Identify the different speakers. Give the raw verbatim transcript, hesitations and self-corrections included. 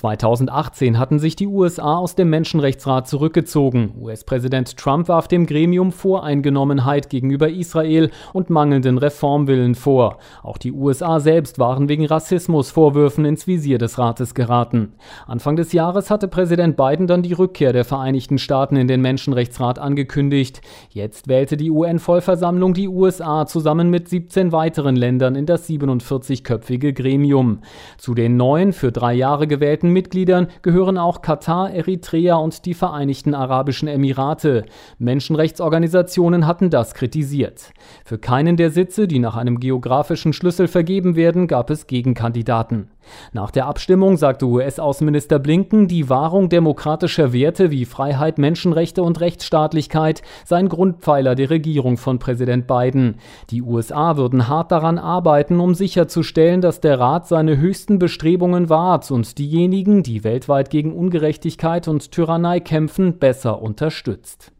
Speaker 1: zweitausendachtzehn hatten sich die U S A aus dem Menschenrechtsrat zurückgezogen. U S-Präsident Trump warf dem Gremium Voreingenommenheit gegenüber Israel und mangelnden Reformwillen vor. Auch die U S A selbst waren wegen Rassismusvorwürfen ins Visier des Rates geraten. Anfang des Jahres hatte Präsident Biden dann die Rückkehr der Vereinigten Staaten in den Menschenrechtsrat angekündigt. Jetzt wählte die U N-Vollversammlung die U S A zusammen mit siebzehn weiteren Ländern in das siebenundvierzigköpfige Gremium. Zu den neuen, für drei Jahre gewählten Mitgliedern gehören auch Katar, Eritrea und die Vereinigten Arabischen Emirate. Menschenrechtsorganisationen hatten das kritisiert. Für keinen der Sitze, die nach einem geografischen Schlüssel vergeben werden, gab es Gegenkandidaten. Nach der Abstimmung sagte U S-Außenminister Blinken, die Wahrung demokratischer Werte wie Freiheit, Menschenrechte und Rechtsstaatlichkeit seien Grundpfeiler der Regierung von Präsident Biden. Die U S A würden hart daran arbeiten, um sicherzustellen, dass der Rat seine höchsten Bestrebungen wahrt und diejenigen, die weltweit gegen Ungerechtigkeit und Tyrannei kämpfen, besser unterstützt.